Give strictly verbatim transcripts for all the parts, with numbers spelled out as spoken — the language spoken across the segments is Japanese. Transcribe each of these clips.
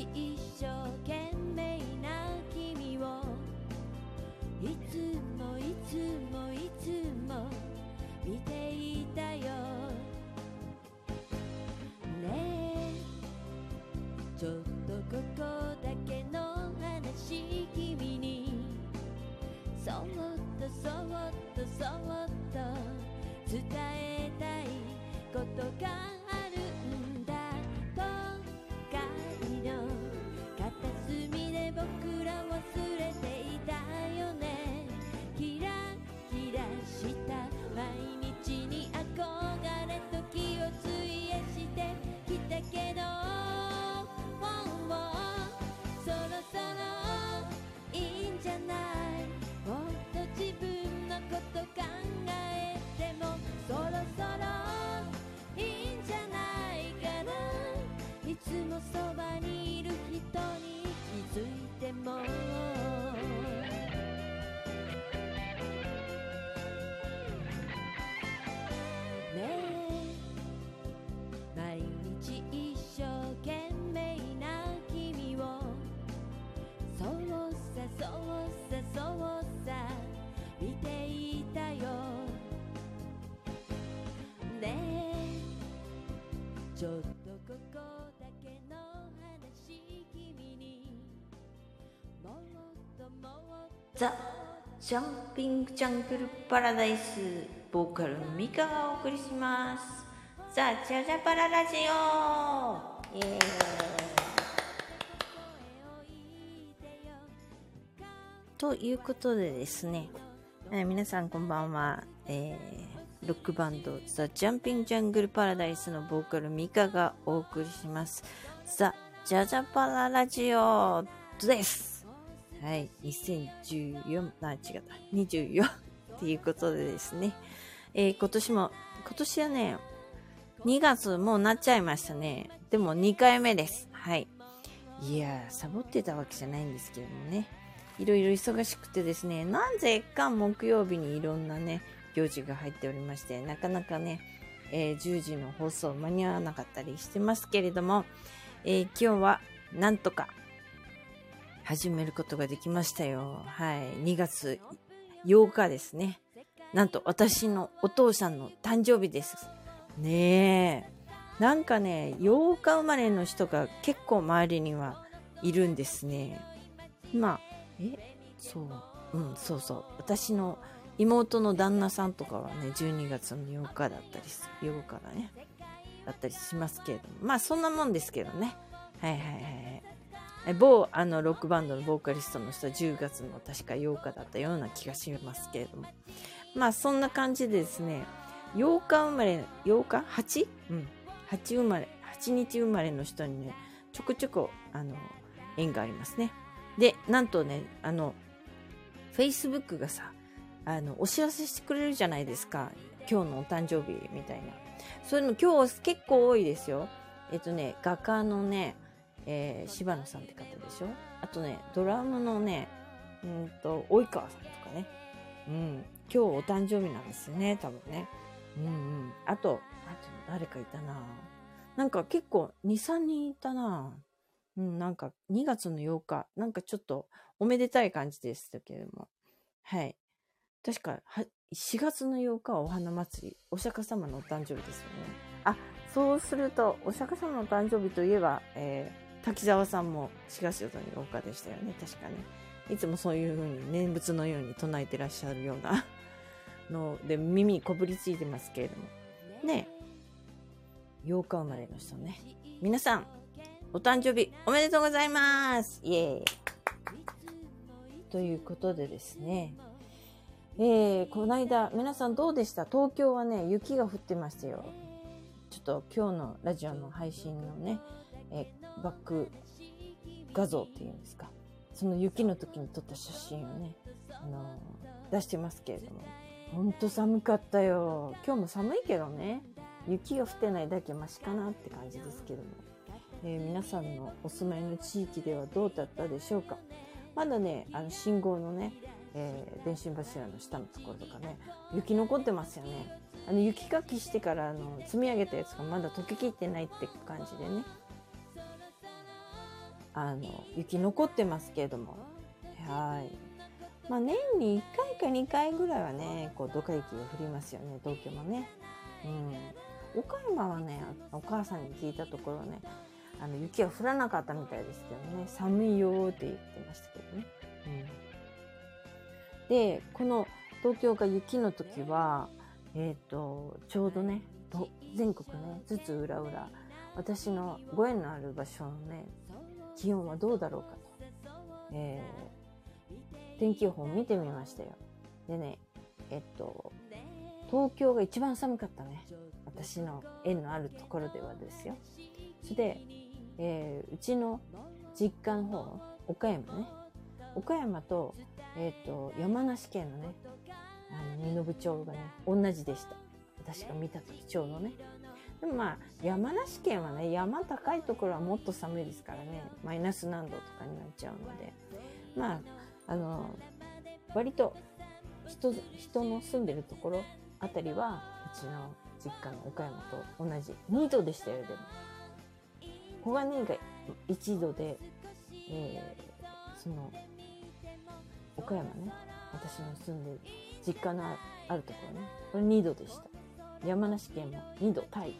一生懸命な君をいつもいつもいつも見ていたよ。ねえちょっとここだけの話、君にそっとそっとそっと伝えたいことがあるんだ。都会の片隅で僕ら忘れていたよね。キラキラした毎日に憧れ時を費やしてきたけど、そろそろいいんじゃない。もっと自分のこと考えてもそろそろいいんじゃないかな。いつもそばにいる人に気づいてもねえ毎日一生懸命な君をそうさそうさそうさ見ていたよ。ねえちょっとここだけの話、君にもっともっとザ・ジャンピングジャングルパラダイス、ボーカルのミカがお送りします。ザ・ジャジャパララジオイエーイということでですね、えー、皆さんこんばんは、えー、ロックバンドザ・ジャンピングジャングルパラダイスのボーカルミカがお送りしますザ・ジャジャパララジオです。はい、にせんじゅうよん、あ、違った、にじゅうよんっていうことでですね、えー、今年も、今年はね、にがつもうなっちゃいましたね。でもにかいめです。はい。いやー、サボってたわけじゃないんですけどもね。いろいろ忙しくてですね、なぜか木曜日にいろんなね、行事が入っておりまして、なかなかね、えー、じゅうじの放送間に合わなかったりしてますけれども、えー、今日はなんとか始めることができましたよ。はい。にがつようかですね。なんと私のお父さんの誕生日です。ねえ。なんかね、ようか生まれの人が結構周りにはいるんですね。まあ、えそう。うん、そうそう。私の妹の旦那さんとかはね、じゅうにがつのようかだったりす、ようかだね。だったりしますけれども。まあ、そんなもんですけどね。はいはいはい。某あのロックバンドのボーカリストの人はじゅうがつの確かようかだったような気がしますけれども、まあそんな感じでですね、ようか生まれ、ようか はち? うん。はち生まれ、はちにち生まれの人にね、ちょくちょくあの縁がありますね。で、なんとね、あの Facebook がさ、あのお知らせしてくれるじゃないですか。今日のお誕生日みたいな。そういうの今日結構多いですよ。えっとね、画家のね、えー、柴野さんって方でしょ。あとね、ドラムのね、うんと及川さんとかね、うん、今日お誕生日なんですよね、多分ね。うんうん。あと、あと誰かいたな。なんか結構に、さんにんいたな。うん、なんかにがつのようか、なんかちょっとおめでたい感じでしたけれども、はい。確かはしがつのようかはお花祭り、お釈迦様のお誕生日ですよね。あ、そうするとお釈迦様のお誕生日といえば、えー滝沢さんもしがつのようかでしたよね。確かね。いつもそういう風に念仏のように唱えてらっしゃるようなので耳にこぶりついてますけれども。ねえ。ようか生まれの人ね。皆さん、お誕生日おめでとうございます。イエーイ。ということでですね。えー、この間、皆さんどうでした？東京はね、雪が降ってましたよ。ちょっと今日のラジオの配信のね、えーバック画像っていうんですか、その雪の時に撮った写真をね、あのー、出してますけれども、ほんと寒かったよ。今日も寒いけどね、雪が降ってないだけマシかなって感じですけども、えー、皆さんのお住まいの地域ではどうだったでしょうか。まだね、あの信号のね、えー、電信柱の下のところとかね、雪残ってますよね。あの雪かきしてからあの積み上げたやつがまだ溶けきってないって感じでね、 あの雪残ってますけれども、はい。まあ年にいっかいかにかいぐらいはね、こうドカ雪が降りますよね、東京もね。うん。岡山はね、お母さんに聞いたところね、あの雪は降らなかったみたいですけどね、寒いよって言ってましたけどね。うん、で、この東京が雪の時は、えっと、ちょうどね、全国ね、ずつ裏裏、私のご縁のある場所のね、気温はどうだろうかと、えー、天気予報を見てみましたよ。でね、えっと、東京が一番寒かったね。私の縁のあるところではですよ。それで、えー、うちの実家の方、岡山ね。岡山と、えっと、山梨県のね、あの、身延町がね、同じでした。私が見たときちょうどね。でもまあ、山梨県はね、山高いところはもっと寒いですからね、マイナス何度とかになっちゃうので、まあ、あの、割と人、人の住んでるところあたりは、うちの実家の岡山と同じ。にどでしたよ、でも。小金井がいちどで、えー、その、岡山ね、私の住んでる実家のあるところね、これにどでした。山梨県もにどタイ、うん、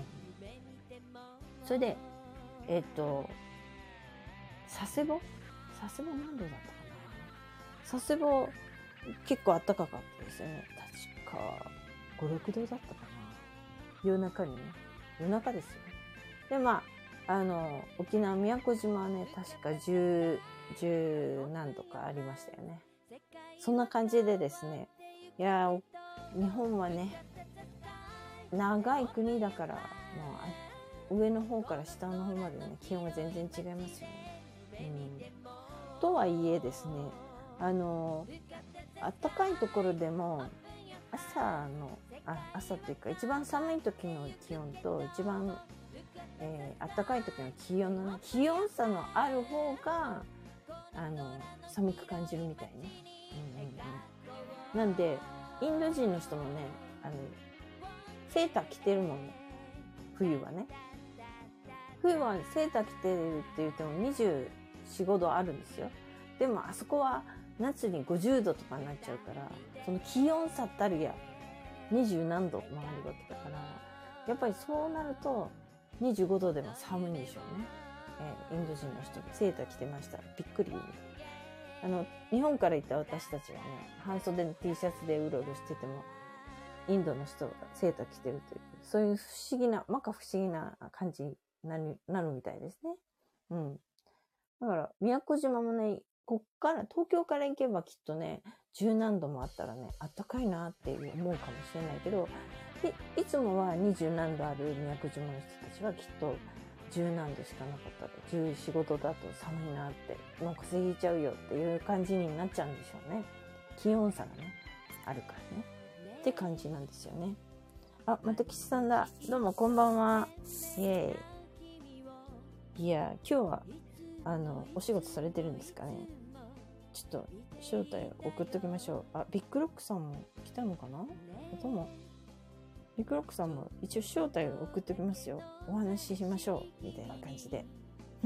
それでえっと佐世保佐世保何度だったかな。佐世保結構暖かかったですよね。確かご、ろくどだったかな。夜中にね、夜中ですよね。でまああの沖縄宮古島はね、確かじゅう、じゅう何度かありましたよね。そんな感じでですね、いや日本はね、長い国だから、まあ、上の方から下の方までね、気温は全然違いますよね。うん、とはいえですね、あの暖かいところでも朝のあ朝というか一番寒い時の気温と一番、えー、暖かい時の気温の、ね、気温差のある方があの寒く感じるみたいね。うんうんうん、なんでインド人の人もね、あのセーター着てるもんね、冬はね。冬はセーター着てるって言ってもにじゅうよん、ごどあるんですよ。でもあそこは夏にごじゅうどとかになっちゃうから、その気温差ったるやにじゅう何度もあるわけだから、やっぱりそうなるとにじゅうごどでも寒いんでしょうね。えー、インド人の人セーター着てました。びっくり。あの日本から行った私たちがね、半袖の T シャツでうろうろしてても、インドの人がセーター着てるという、そういう不思議な、まか不思議な感じになる、なるみたいですね。うん。だから、宮古島もね、こっから、東京から行けばきっとね、十何度もあったらね、あったかいなって思うかもしれないけど、い, いつもは二十何度ある宮古島の人たちはきっと十何度しかなかったら、じゅうよん、ごどだと寒いなって、もう風邪ひいちゃうよっていう感じになっちゃうんでしょうね。気温差がね、あるからね。って感じなんですよね。あ、また吉さんだ。どうもこんばんは。イエーイ。いや、今日はあのお仕事されてるんですかね。ちょっと招待を送っときましょう。あ、ビッグロックさんも来たのかな。どうも。ビッグロックさんも一応招待を送っときますよ。お話ししましょうみたいな感じで。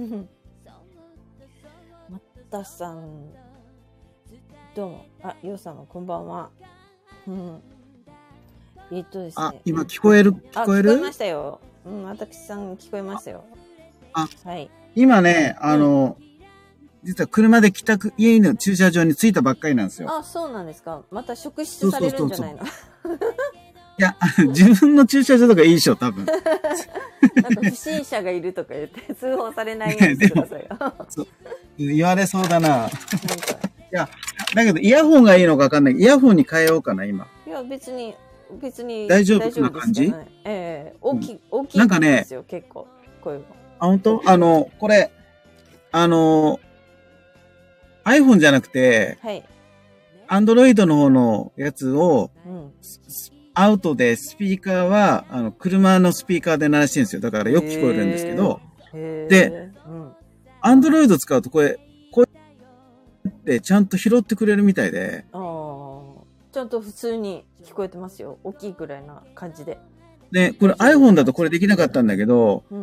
またさん、どうも。あ、ようさんもこんばんは。うん。えっとですね、 あ、今聞こえる、聞こえる？ あ、聞こえましたよ。うん、私さん聞こえましたよ。 あ、 はい。 今ね、あの、うん、実は車で帰宅、家の駐車場に着いたばっかりなんですよ。 あ、そうなんですか。また職質されるんじゃないの？ そうそうそうそういや、自分の駐車場とかいいでしょ、多分。なんか不審者がいるとか言って通報されないようにしてくださいよ。 そう言われそうだな。なんかいや、だけどイヤホンがいいのか分かんない。イヤホンに変えようかな、今。 いや、別に。別に大丈夫な感じ？ ええー、大きい、大きい。 なんかね、 ですよ、結構。こういうの。 あ、本当？あの、これ、あの、iPhone じゃなくて、 はい。 Android の方のやつを、 うん、 アウトでスピーカーは、あの、車のスピーカーで鳴らしてるんですよ。だからよく聞こえるんですけど、で、うん、Android 使うとこれ、こうやってちゃんと拾ってくれるみたいで、 あちゃんと普通に聞こえてますよ。大きいくらいな感じで。 で、これ iPhone だとこれできなかったんだけど、うん、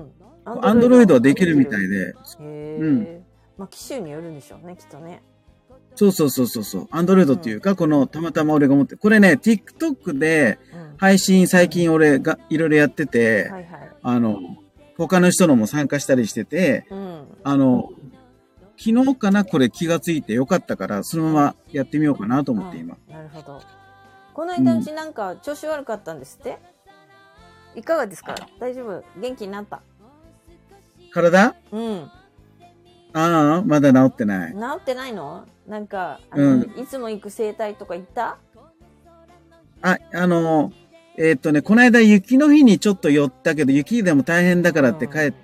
アンドロイドはできるみたいで。 へうんえ。まあ、機種によるんでしょうね、きっとね。 そうそうそうそうそう。アンドロイドっていうか、この、たまたま俺が持って、これね、TikTok でうん。 配信最近俺がいろいろやってて、 はいはい。 あの、他の人のも参加したりしてて、 うん。 あの、昨日かなこれ気がついてよかったから、そのままやってみようかなと思って今。 なるほど。この間うちなんか調子悪かったんですって、いかがですか？大丈夫？元気になった？ 体？ うん。 ああ、まだ治ってない。 治ってないの？なんか、あの、 うんいつも行く整体とか行った？ あ、あの、えーっとね、この間雪の日にちょっと寄ったけど、雪でも大変だからって帰って、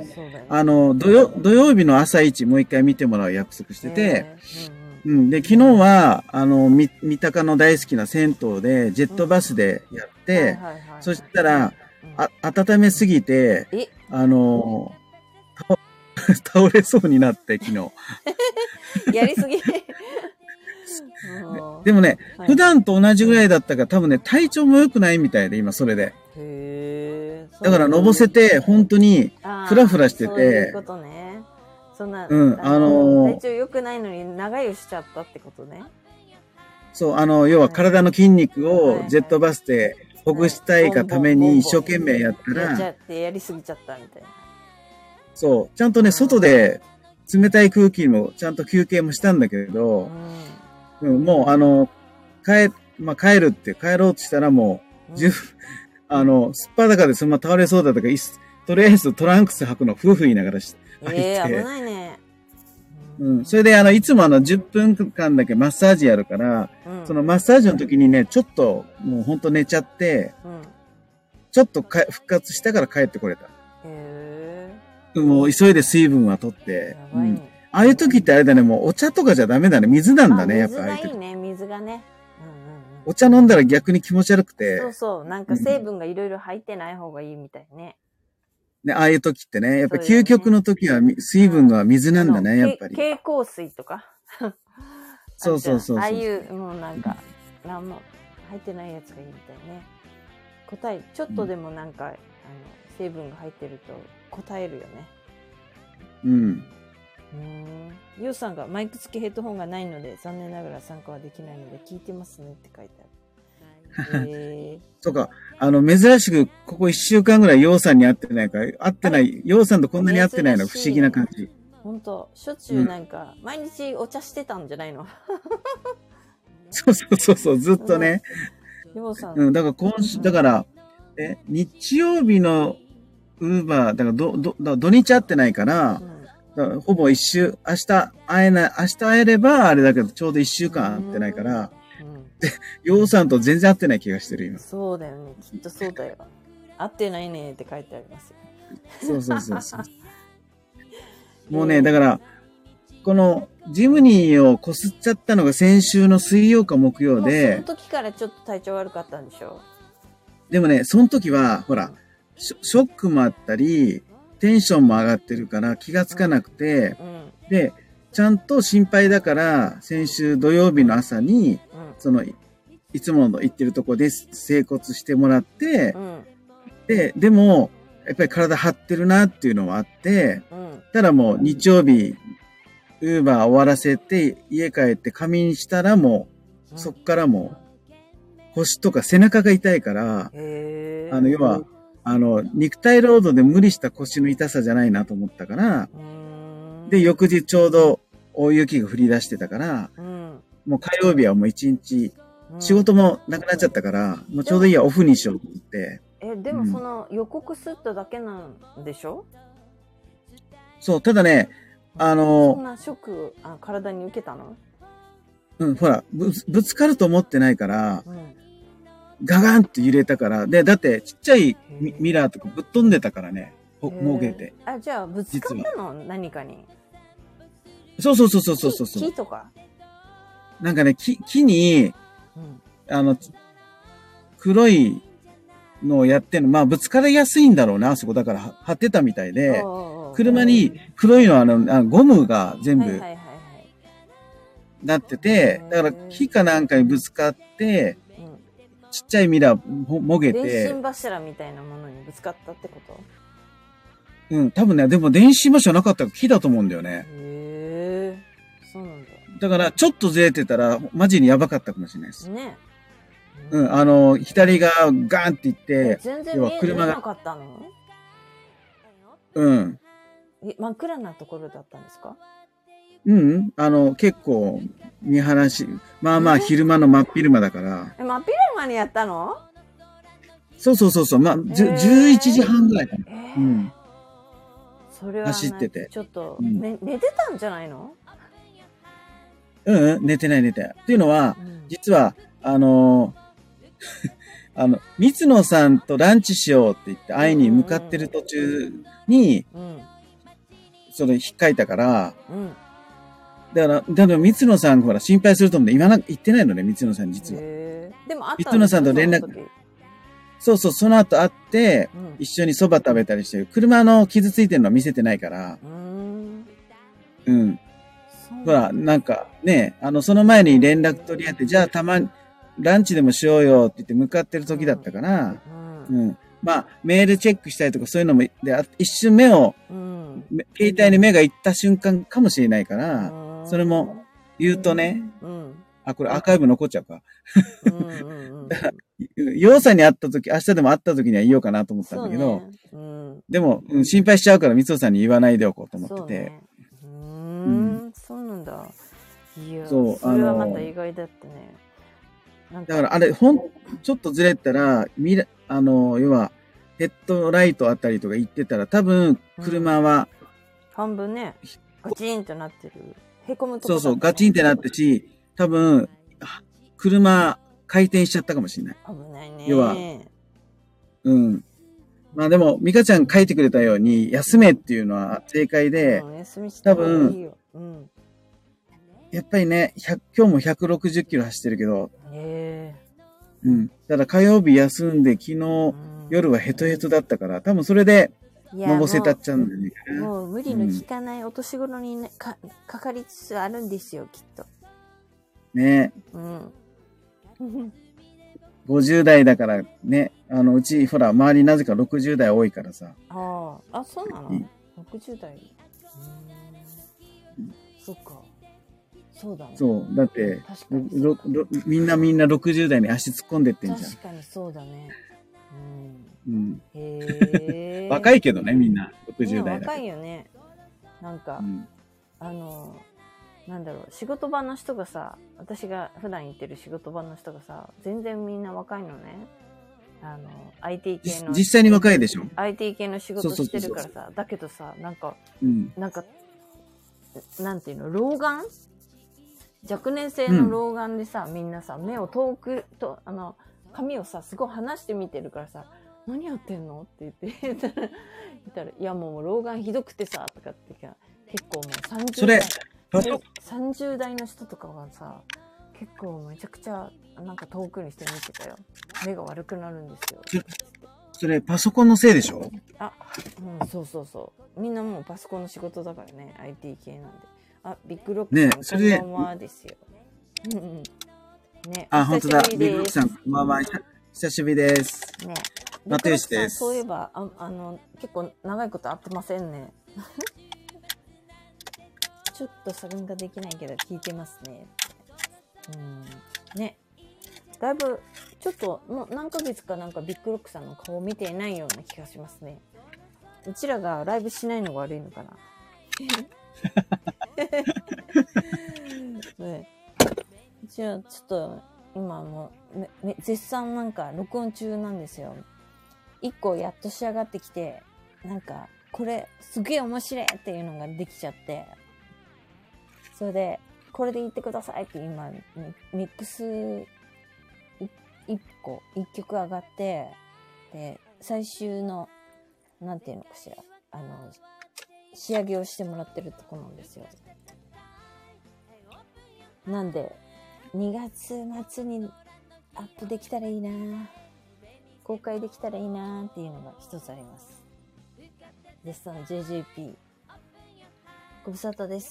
そうだよね。 あの、土曜、土曜日の朝一もう一回見てもらう約束してて、 へー、 うん。で、昨日は、あの、み、三鷹の大好きな銭湯で、ジェットバスでやっうんうん、 て、 はいはいはいはい、 そしたら、 うんあ、温めすぎて、 えあの、倒倒れそうになって、昨日。 やりすぎ。 でもね、 はい、 普段と同じぐらいだったから、多分ね、体調も良くないみたいで、今それで。 へー、 だから、のぼせて、本当に、フラフラしてて。 そういうことね。そんな、 うん、あのー、 体調良くないのに長湯しちゃったってことね。 そう、あの、要は体の筋肉をジェットバスでほぐしたいがために一生懸命やったら、 やっちゃってやりすぎちゃったみたいな。 そう、ちゃんとね、外で冷たい空気もちゃんと休憩もしたんだけど、うん、もうあの、帰、まあ、帰るって帰ろうとしたらもう、十分、あの、すっぱだかでそのまま倒れそうだとか、とりあえずトランクス履くの夫婦言いながらして。 ええー、危ないね。 うん。それで、あの、いつもあの、じゅっぷんかんだけマッサージやるから、うん、そのマッサージの時にね、ちょっと、もうほんと寝ちゃって、うん、ちょっとか復活したから帰ってこれた。へー。もう急いで水分は取って。うん。ああいう時ってあれだね、もうお茶とかじゃダメだね。水なんだね、やっぱ。 水がいいね、水がね。うんうんうん、 お茶飲んだら逆に気持ち悪くて。 そうそう。なんか成分がいろいろ入ってない方がいいみたいね。 ね、ああいう時ってね、やっぱ究極の時は水分が水なんだね、やっぱり。 蛍光水とか。 そうそうそうそう。 ああいう、もうなんか、なんも入ってないやつがいいみたいね。答え、ちょっとでもなんか、うん、あの、成分が入ってると答えるよね。 うん。 うん。ゆうさんがマイク付きヘッドホンがないので、残念ながら参加はできないので、聞いてますねって書いてある。 えー、そうか。あの、珍しく、ここ一週間ぐらい、ヨウさんに会ってないから、会ってない、ヨウさんとこんなに会ってないの不思議な感じ。 ほんと、しょっちゅうなんか、うん、毎日お茶してたんじゃないの？ そうそうそうそう、ずっとね。 ヨウさん。 うん、だから今週、だから、え、日曜日のウーバー、だからど、ど、だ土日会ってないから、うんだからほぼ一週、明日会えない、明日会えればあれだけど、ちょうど一週間会ってないから、で、ヨウさんと全然会ってない気がしてる今。 そうだよね。きっとそうだよ。会ってないねって書いてありますよ。 そうそうそうそう。もうね、だから、このジムニーをこすっちゃったのが先週の水曜か木曜で。 その時からちょっと体調悪かったんでしょ？ でもね、その時は、ほら、ショックもあったり、テンションも上がってるから気がつかなくて、うんうん、で、ちゃんと心配だから、先週土曜日の朝に、うん、その、いつもの行ってるとこで整骨してもらって、うん、で、でも、やっぱり体張ってるなっていうのはあって、うん、ただもう日曜日、ウーバー終わらせて、家帰って仮眠したらもう、うん、そっからもう、腰とか背中が痛いから、あの、要は、あの、肉体労働で無理した腰の痛さじゃないなと思ったから、で、翌日ちょうど大雪が降り出してたから、うん、もう火曜日はもう一日、仕事もなくなっちゃったから、もうちょうどいいや、オフにしようと思って。 え、でもその予告すっただけなんでしょ？ そう、ただね、あの、 そんなショック、あ、体に受けたの？ うん、ほら、ぶ、ぶつかると思ってないから、うんガガンって揺れたから。で、だってちっちゃいミ, ミラーとかぶっ飛んでたからね。もげて。 あ、じゃあぶつかったの？何かに。 そうそうそうそうそうそう。 木とかなんかね、木、木に、うん、あの、黒いのをやってんの。まあぶつかりやすいんだろうな、あそこ。だから貼ってたみたいで。車に黒いのあの、あのゴムが全部なってて、だから木かなんかにぶつかって、ちっちゃいミラーも、もげて。 電信柱みたいなものにぶつかったってこと？ うん、多分ね、でも電信柱なかったら木だと思うんだよね。 へえ、そうなんだ。 だから、ちょっとずれてたら、マジにやばかったかもしれないです。 ね。 うん、あの、左がガーンっていって、 全然見えなかったの？ うん。 真っ暗なところだったんですか？ うん、あの、結構、見晴らし、まあまあ、昼間の真っ昼間だから。 え、真っ昼間にやったの？ そうそうそうそう、まあ、じゅじゅういちじはんぐらいかな。えー、うん。 それは走ってて。 ちょっと、うん、ね、寝てたんじゃないの？ うん、寝てない寝てない。っていうのは、うん、実は、あのー、あの、三野さんとランチしようって言って会いに向かってる途中に、うんうんうん、それ引っかいたから、うん、だから、だから三野さんほら心配すると思うんで、今な、言ってないのね、三野さん実は。 でもあった三野さんと連絡、そうそう、その後会って、うん、一緒に蕎麦食べたりしてる。車の傷ついてるのは見せてないから、うん。うんほら、なんかね、あの、その前に連絡取り合って、じゃあたまに、ランチでもしようよって言って向かってる時だったから、うん。うん、まあ、メールチェックしたりとかそういうのも、で、一瞬目を、うん、携帯に目が行った瞬間かもしれないから、うん、それも言うとね、うん、あ、これアーカイブ残っちゃうか。ヨウさんに会った時、明日でも会った時には言おうかなと思ったんだけど、ねうん、でも、うん、心配しちゃうから、三尾さんに言わないでおこうと思ってて。 うーん、そうなんだ。いや、そう、それはまた意外だったね。 だからあれ、ほん、ちょっとずれたら、みら、あの、要は、ヘッドライトあたりとか行ってたら、多分、車は、うん、 半分ね、ガチンとなってる。へこむとこ、ね、そうそう、ガチンってなってし、多分、車、回転しちゃったかもしれない。 危ないね。 要は、うん。まあでも、ミカちゃん書いてくれたように、休めっていうのは正解で、うん、休みした方がいいよ。多分、うん、やっぱりね、今日もひゃくろくじゅっキロ走ってるけど、へうん。ただ火曜日休んで、昨日、うん、夜はヘトヘトだったから、多分それで、のぼせたっちゃうんだよね。 もう無理の効かないお年頃に、ね、か、かかりつつあるんですよ、きっと。 ねうん。ごじゅう代だからね、あの、うち、ほら、周りなぜかろくじゅう代多いからさ。 ああ、あ、そうなの ?ろくじゅう 代。うん。そっか。そうだね。 そう。だって、ろろみんなみんなろくじゅう代に足突っ込んでってんじゃん。 確かにそうだね。 うん。うん、 へ若いけどね、みんな。ろくじゅう代だ。 若いよね。なんか、うん、あの、なんだろう、仕事場の人がさ、私が普段行ってる仕事場の人がさ、全然みんな若いのね。あの、アイティー 系の。 実際に若いでしょアイティー 系の仕事してるからさ、だけどさ、なんか、うん、なんか、なんていうの、老眼若年性の老眼でさ、うん、みんなさ、目を遠くと、あの、髪をさ、すごい離して見てるからさ、何やってんのって言って、言ったら、言ったらいやもう老眼ひどくてさ、とかって言う結構もうさんじゅう代。それさんじゅう代の人とかはさ、結構めちゃくちゃなんか遠くにして見てたよ。目が悪くなるんですよ。 それパソコンのせいでしょ？ あ、うん、そうそうそう。みんなもうパソコンの仕事だからね、アイティー 系なんで。あ、ビッグロックさん、ね、それこんばんはですよ。うんうん。ね。 あ、本当だ。ビッグロックさん、こんばんは。久しぶりです。ね。仲良しです。 そういえば、あ、あの、結構長いこと会ってませんね。ちょっと参加できないけど聞いてますね。うん。ね。だいぶ、ちょっと、もう何ヶ月かなんかビッグロックさんの顔を見ていないような気がしますね。うちらがライブしないのが悪いのかな。ね、うちはちょっと、今もう、絶賛なんか録音中なんですよ。一個やっと仕上がってきて、なんか、これすげえ面白いっていうのができちゃって、それで、これで言ってくださいって今、ミックス一個、一曲上がって、で、最終の、なんていうのかしら、あの、仕上げをしてもらってるとこなんですよ。なんで、にがつ末にアップできたらいいなぁ。公開できたらいいなーっていうのが一つあります。で、その ジェイジェーピー。ご無沙汰です。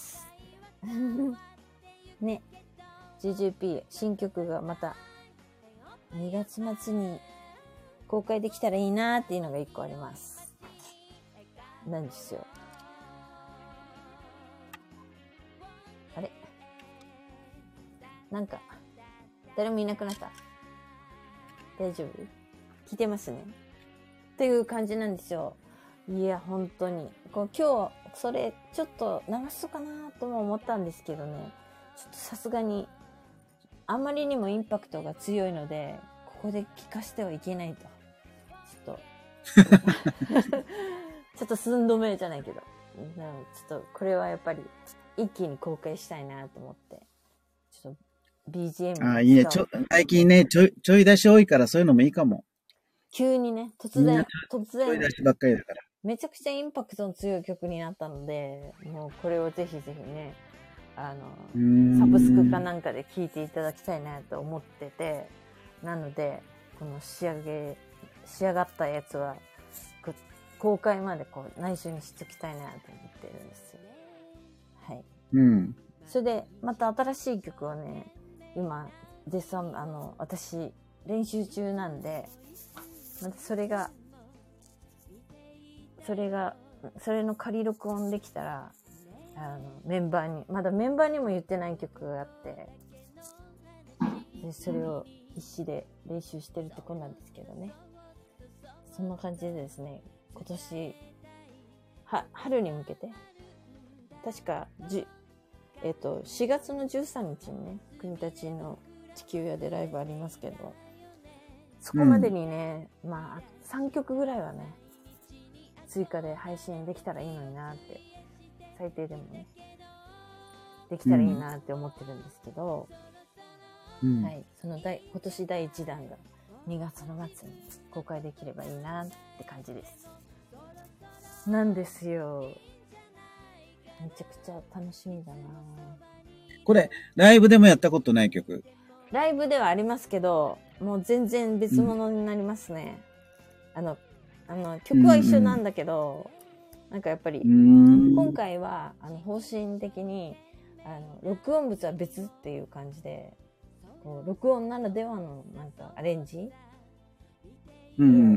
ね。ジェイジェーピー 新曲がまたにがつ末に公開できたらいいなーっていうのが一個あります。 なんですよ。あれなんか、誰もいなくなった？大丈夫？聞いてますね。っていう感じなんですよ。いや、本当に。こう今日、それ、ちょっと流そうかなとも思ったんですけどね。ちょっとさすがに、あまりにもインパクトが強いので、ここで聞かせてはいけないと。ちょっと、ちょっと寸止めじゃないけど。ちょっと、これはやっぱり、一気に公開したいなと思って。ちょっと、ビージーエム。 ああ、いいね。ちょ、最近ね、ちょい、ちょい出し多いからそういうのもいいかも。 急にね、突然、突然。 ちょい出しばっかりだから。 めちゃくちゃインパクトの強い曲になったので、もうこれをぜひぜひね、あの、サブスクかなんかで聴いていただきたいなと思ってて、なので、この仕上げ、仕上がったやつは、公開までこう内緒にしときたいなと思ってるんですよ。はい。 うん。 それで、また新しい曲をね、今、絶賛、あの、私、練習中なんで、またそれが、それが、それの仮録音できたら、あの、メンバーに、まだメンバーにも言ってない曲があって、で、それを必死で練習してるとこなんですけどね。そんな感じでですね、今年、は、春に向けて、確か、じ、えっと、しがつのじゅうさんにちにね、国立の地球屋でライブありますけど、そこまでにね、うん、まあ、さんきょくぐらいはね、追加で配信できたらいいのになって、最低でもね、できたらいいなって思ってるんですけど、うん、はい、その第、今年だいいちだんがにがつの末に公開できればいいなって感じです。なんですよ。めちゃくちゃ楽しみだな。 これ、ライブでもやったことない曲？ ライブではありますけど、もう全然別物になりますね。うん、あの、あの、曲は一緒なんだけど、うんうん、なんかやっぱり、今回は、あの、方針的に、あの、録音物は別っていう感じで、こう録音ならではの、なんか、アレンジ、 うんうんうん、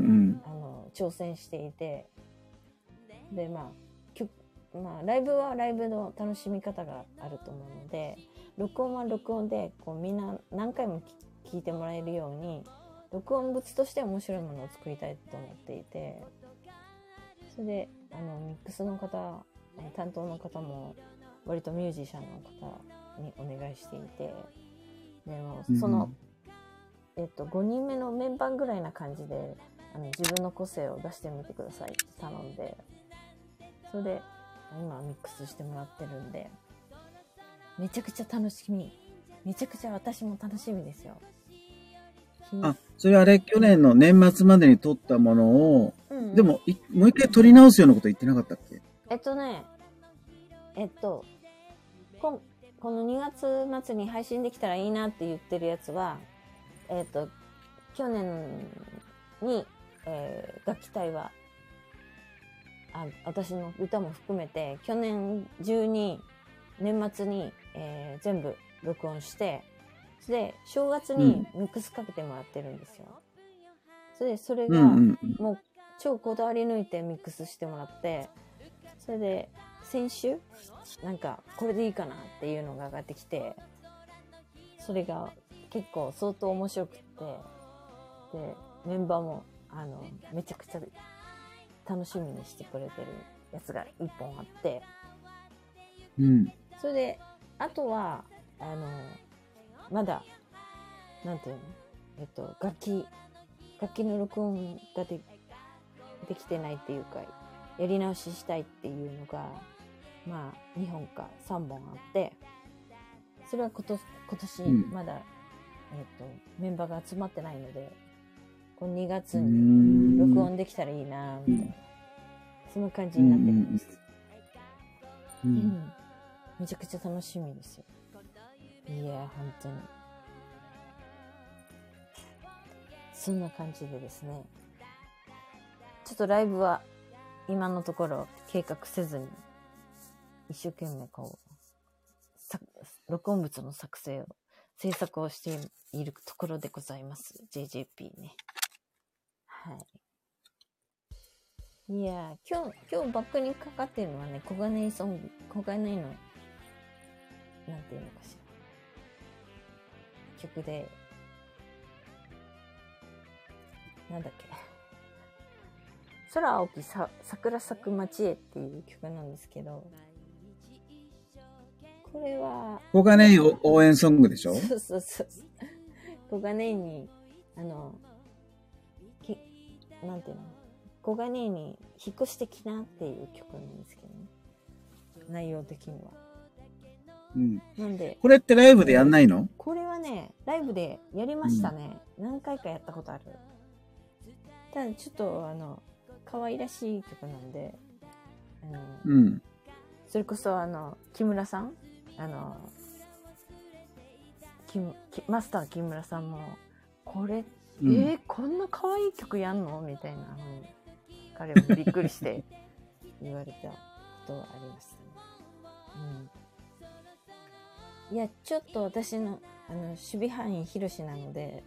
あの、挑戦していて、で、まあ、曲、まあ、ライブはライブの楽しみ方があると思うので、録音は録音で、こう、みんな何回も聞いてもらえるように、録音物として面白いものを作りたいと思っていて、それで、あの、ミックスの方、担当の方も、割とミュージシャンの方にお願いしていて、でも、その、うん、えっと、ごにんめのメンバーぐらいな感じで、あの、自分の個性を出してみてくださいって頼んで、それで、今ミックスしてもらってるんで、めちゃくちゃ楽しみ。めちゃくちゃ私も楽しみですよ。 あ、それあれ、去年の年末までに撮ったものを、うんうん、でも、もう一回撮り直すようなこと言ってなかったっけ？ えっとね、えっと、ここのにがつ末に配信できたらいいなって言ってるやつは、えっと、去年に、えー、楽器隊は、あ、私の歌も含めて、去年中に、年末に、えー、全部録音して、で、正月にミックスかけてもらってるんですよ。それで、それが、もう、超こだわり抜いてミックスしてもらって、それで、先週、なんか、これでいいかなっていうのが上がってきて、それが結構相当面白くって、で、メンバーも、あの、めちゃくちゃ楽しみにしてくれてるやつが一本あって、 うん。 それで、あとは、あの、まだ、なんていうの？えっと、楽器、楽器の録音がで、できてないっていうか、やり直ししたいっていうのが、まあ、にほんかさんぼんあって、それは今年、今年まだ、うん、えっと、メンバーが集まってないので、このにがつに録音できたらいいなみたいな、その感じになってるんです。うんうん、めちゃくちゃ楽しみですよ。いや、本当に。そんな感じでですね。ちょっとライブは今のところ計画せずに、一生懸命こう、録音物の作成を、制作をしているところでございます。ジェイジェーピー ね。はい。 いやー、今日、今日バックにかかってるのはね、小金井ソング、小金井の、なんていうのかしら。曲で、なんだっけ。空青きさ桜咲く街へっていう曲なんですけど、これは、 小金井応援ソングでしょ？ そうそうそう。小金井に、あの、き、なんていうの、小金井に引っ越してきなっていう曲なんですけどね。内容的には。 うん。 なんで、 これってライブでやんないの？ これはね、ライブでやりましたね。うん、何回かやったことある。ただちょっと、あの、可愛らしい曲なんで、あの、 うん。 それこそあの、木村さんあの、きマスター木村さんも、これ、うん、えー、こんな可愛い曲やんのみたいなのに、彼もびっくりして言われたことがありましたね。うん。いや、ちょっと私の、あの、守備範囲広しなので、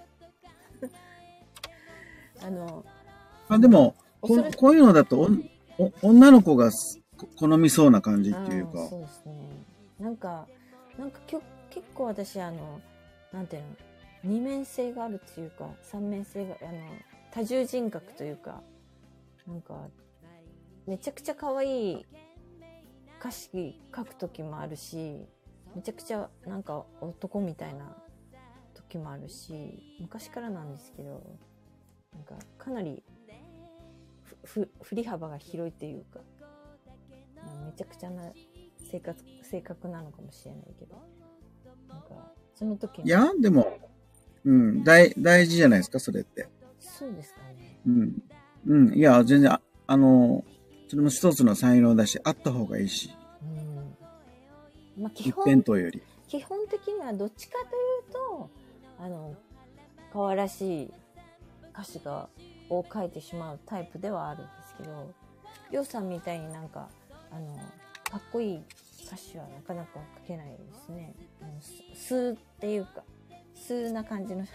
あの、 あ、でも、こ, こういうのだとおお、女の子が好みそうな感じっていうか。 そうですね。なんか、なんかきょ結構私、あの、なんていうの、二面性があるっていうか、三面性が、あの、多重人格というか、なんか、めちゃくちゃ可愛い歌詞書くときもあるし、めちゃくちゃなんか男みたいな時もあるし、昔からなんですけど、なんかかなりふふ振り幅が広いっていうか、めちゃくちゃな性格性格なのかもしれないけど、なんかその時に、 いやでも、うん、大大事じゃないですかそれって。 そうですかね。 うんうん、いや全然 あ, あのそれも一つの才能だし、あった方がいいし。 うん。まあ基本一辺倒より。 基本的にはどっちかというと、あの可愛らしい歌詞がを書いてしまうタイプではあるんですけど、りょうさんみたいになんかあのかっこいい歌詞はなかなか書けないですね。あのスーっていうかスーな感じの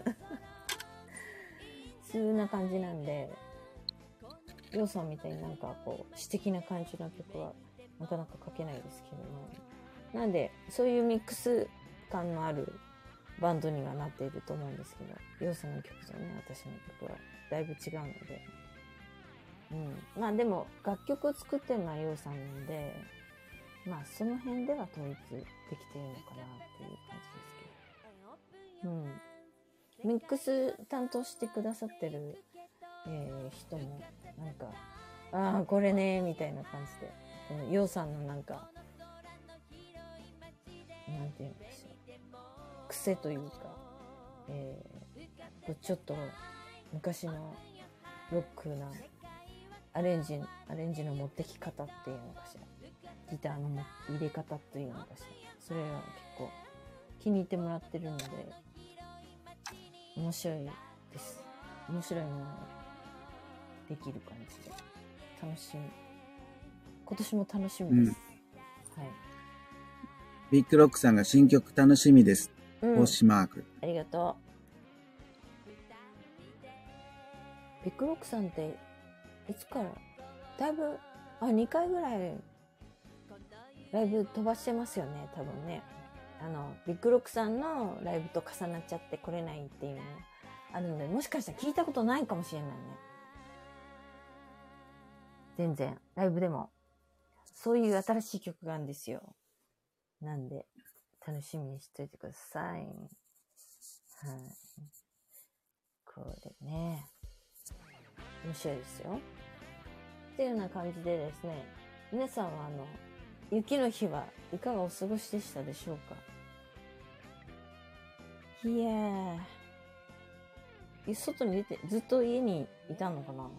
スーな感じなんで、りょうさんみたいになんかこう詩的な感じの曲はなかなか書けないですけども、なんでそういうミックス感のあるバンドにはなっていると思うんですけど、りょうさんの曲とね、私の曲はだいぶ違うので、うん、まあでも楽曲を作ってるのはりょうさんなんで、まあその辺では統一できているのかなっていう感じですけど、うん、ミックス担当してくださってる、えー、人もなんか、ああこれねみたいな感じで、このりょうさんのなんかなんていうんでしょう、癖というか、えー、ちょっと昔のロックなアレンジアレンジの持ってき方っていうのかしら、ギターの入れ方っていうのかしら、それは結構気に入ってもらってるので面白いです。面白いものができる感じで楽しみ、今年も楽しみです、うん、はい。 ビッグロックさんが新曲楽しみです。星、うん、マーク。 ありがとう。ビッグロックさんっていつからだいぶあにかいぐらいライブ飛ばしてますよね、多分ね。あのビッグロックさんのライブと重なっちゃって来れないっていうのあるので、もしかしたら聞いたことないかもしれないね。全然ライブでもそういう新しい曲があるんですよ。なんで楽しみにしておいてください。はい。これね、面白いですよ。っていうような感じでですね、皆さんはあの雪の日はいかがお過ごしでしたでしょうか。いやー、外に出てずっと家にいたのかな。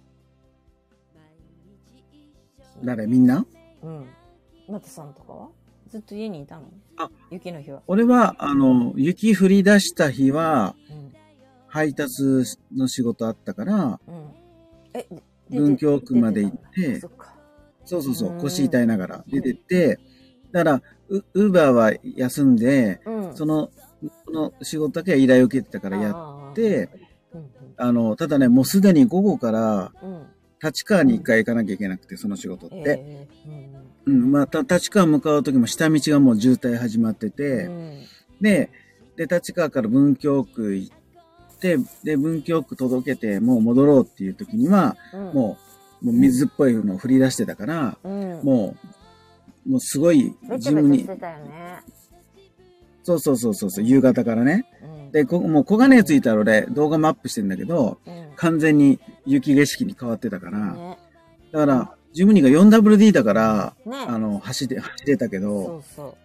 誰？みんな？ うん。またさんとかはずっと家にいたの？ あ、 雪の日は。 俺はあの雪降り出した日は、うん、配達の仕事あったから、うん、え文京区まで行って、そっか、そうそうそう、腰痛いながら出てって、だからウーバーは休んで、うん、そのこの仕事だけは依頼を受けてたからやって、うんうん、あのただねもうすでに午後から立川に一回行かなきゃいけなくて、その仕事って。 えー、うん、うん。まあ、た立川向かう時も下道がもう渋滞始まってて、うん、で、で、立川から文京区行って、で、文京区届けて、もう戻ろうっていう時には、うん、もう、もう水っぽいのを降り出してたから、うん、もう、もうすごい、 ジムに。ベタベタしてたよね。 そうそうそうそう、夕方からね。うん、で、こもう小金井着いたら俺、動画もアップしてんだけど、うん、完全に雪景色に変わってたから、ね、だから、ジムニーが フォーダブリューディー だから、ね、あの、走って、走ってたけど、そうそう。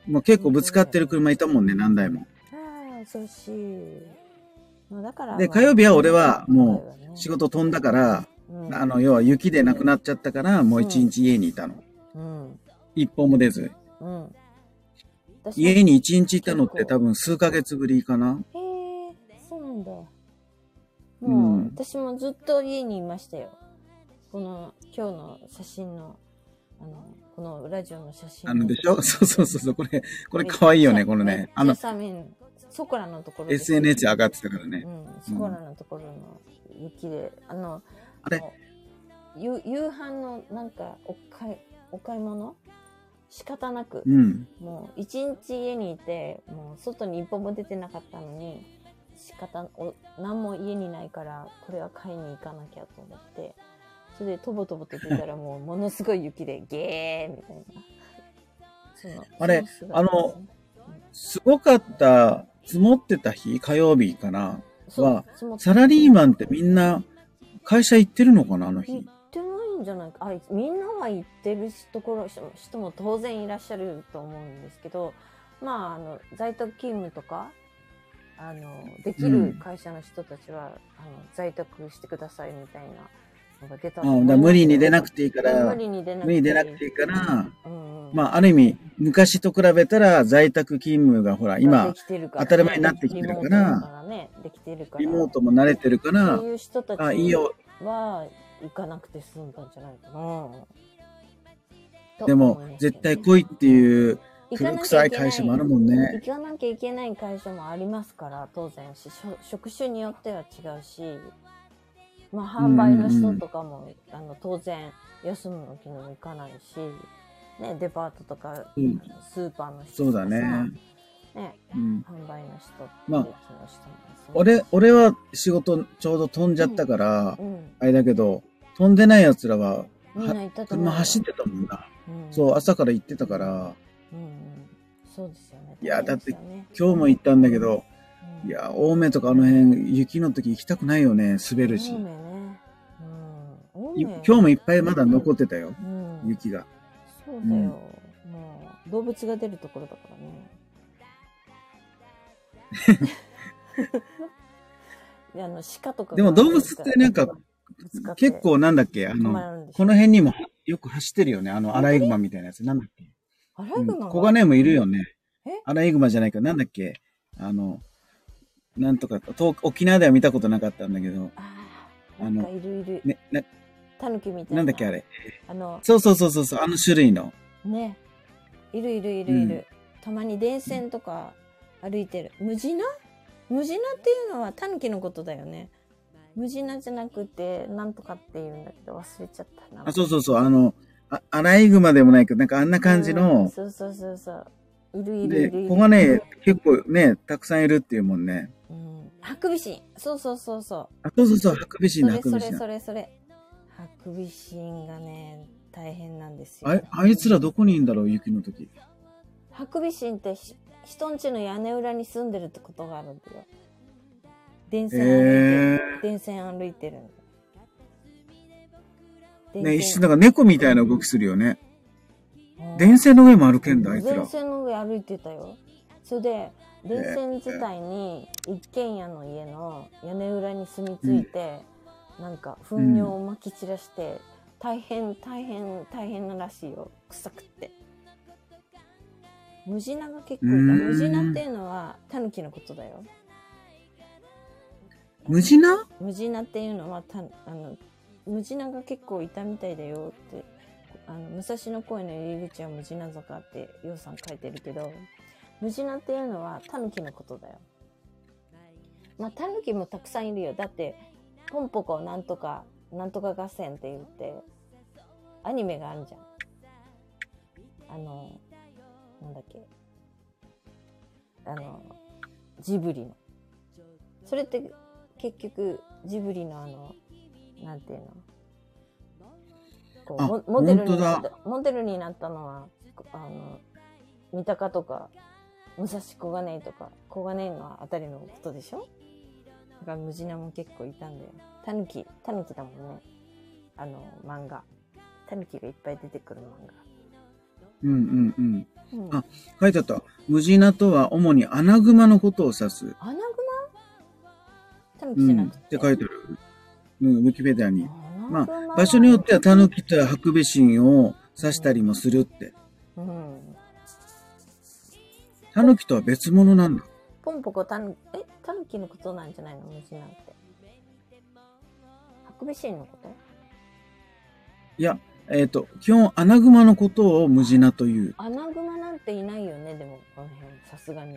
もう結構ぶつかってる車いたもんね、何台も。 ああ、そうし。だから。 で、火曜日は俺はもう仕事飛んだから、うん、あの、要は雪で亡くなっちゃったから、もう一日家にいたの。うん。一歩も出ず。うん。家に一日いたのって多分数ヶ月ぶりかな。 へえ、そうなんだ。もう、うん、私もずっと家にいましたよ。この、今日の写真の、あの、このラジオの写真の。 あのでしょそうそうそうそう、これ、これ可愛いよね、このね。あの、 ソコラのところで。エスエヌエス 上がってたからね。 うん、ソコラのところの雪で、うん、あの、あれ夕夕飯のなんかお買い、お買い物仕方なく、うん、もう一日家にいて、もう外に一歩も出てなかったのに、仕方お何も家にないからこれは買いに行かなきゃと思って、それでとぼとぼと出たらもうものすごい雪でゲーみたいな。 そのあれあの、うん、すごかった積もってた日火曜日かなはサラリーマンってみんな会社行ってるのかなあの日。 じゃないか。あ、みんなは行ってるところ人も当然いらっしゃると思うんですけど、まああの在宅勤務とかあのできる会社の人たちは、うん、あの在宅してくださいみたいなのが出たと思うんですよ。 無理に出なくていいから無理に出なくていいから、うんうん、まあある意味昔と比べたら在宅勤務がほら今当たり前になってきてるから、 ね、できてるからリモートも慣れてるから、 そういう人たちはあいいよ行かなくて済んだんじゃないかな。 でも絶対来いっていう古臭い会社もあるもんね。 行かなきゃいけない会社もありますから当然し、職種によっては違うし、まあ販売の人とかも、うんうん、あの当然休むの気にも行かないし、ねデパートとか、うん、スーパーの人とかそうだね。 ね、うん、販売の人、 まあ、俺俺は仕事ちょうど飛んじゃったから、うんうん、あれだけど。飛んでない奴らは、は車走ってたもんな、うん。そう、朝から行ってたから。 うんうん、そうですよね。 いや、だって今日も行ったんだけど、うん、いや、青梅とかあの辺、雪の時行きたくないよね、滑るし。青梅ね。うん、今日もいっぱいまだ残ってたよ、うん、雪が。 そうだよ、うん。もう、動物が出るところだからね。いやあの鹿とかでも動物ってなんか、結構なんだっけあの、この辺にもよく走ってるよね。あの、アライグマみたいなやつ。なんだっけアライグマ、うん、 コガネもいるよね。アライグマじゃないか。なんだっけあの、なんとか、沖縄では見たことなかったんだけど。 ああ、なんかいるいる。 ね、な、 タヌキみたいな。 なんだっけあれ。あの、そうそうそうそう、あの種類の。 ね。いるいるいるいる。うん、たまに電線とか歩いてる。ムジナムジナっていうのはタヌキのことだよね。ムジナじゃなくて、なんとかって言うんだけど、忘れちゃったな。 あ、そうそうそう、あの、あアライグマでもないけど、なんかあんな感じの。 うん、そうそうそうそう。いるいるいるいる。 ここがね、結構ね、たくさんいるっていうもんね。 うん。ハクビシン。そうそうそうそう。 あ、そうそうそう、ハクビシンのハクビシン。 それそれそれ。ハクビシンがね、大変なんですよ。 あ、あいつらどこにいるんだろう、雪の時。 ハクビシンって人んちの屋根裏に住んでるってことがあるんだよ。電線歩いてる。えー、電線歩いてる。 ね、一瞬なんか猫みたいな動きするよね。電線の上も歩けんだ、あいつら。 電線の上歩いてたよ。それで、電線自体に一軒家の家の屋根裏に住み着いて、うん、なんか糞尿をまき散らして、うん、大変大変大変ならしいよ。臭くって。ムジナが結構いた。ムジナっていうのはタヌキのことだよ。 ムジナ？ ムジナっていうのはたあのムジナが結構いたみたいだよって、あの武蔵野公園の入り口はムジナ坂ってヨウさん書いてるけど、ムジナっていうのはタヌキのことだよ。まあタヌキもたくさんいるよ。だってポンポコなんとかなんとか合戦って言って、アニメがあるじゃん。あの、なんだっけ。あの、ジブリの。それって結局、ジブリのあの、なんていうの。こうモモデルになった、モデルになったのは、あの、三鷹とか、武蔵小金井とか、小金井のあたりのことでしょ？だからムジナも結構いたんだよ。タヌキ、タヌキだもんね。あの、漫画。タヌキがいっぱい出てくる漫画。 うんうんうん。 うん、 あ、書いてあった。ムジナとは主にアナグマのことを指す。 アナグマ？タヌキじゃなくて、 うん、って書いてある。うん、ウィキペディアに。まあ、場所によってはタヌキとハクビシンを指したりもするって。 うん。 タヌキとは別物なんだ。 ポンポコタヌ、え、タヌキのことなんじゃないの？ムジナって。ハクビシンのこと？ いや、えっと、基本アナグマのことをムジナという。 アナグマなんていないよね、でも、この辺、さすがに。 い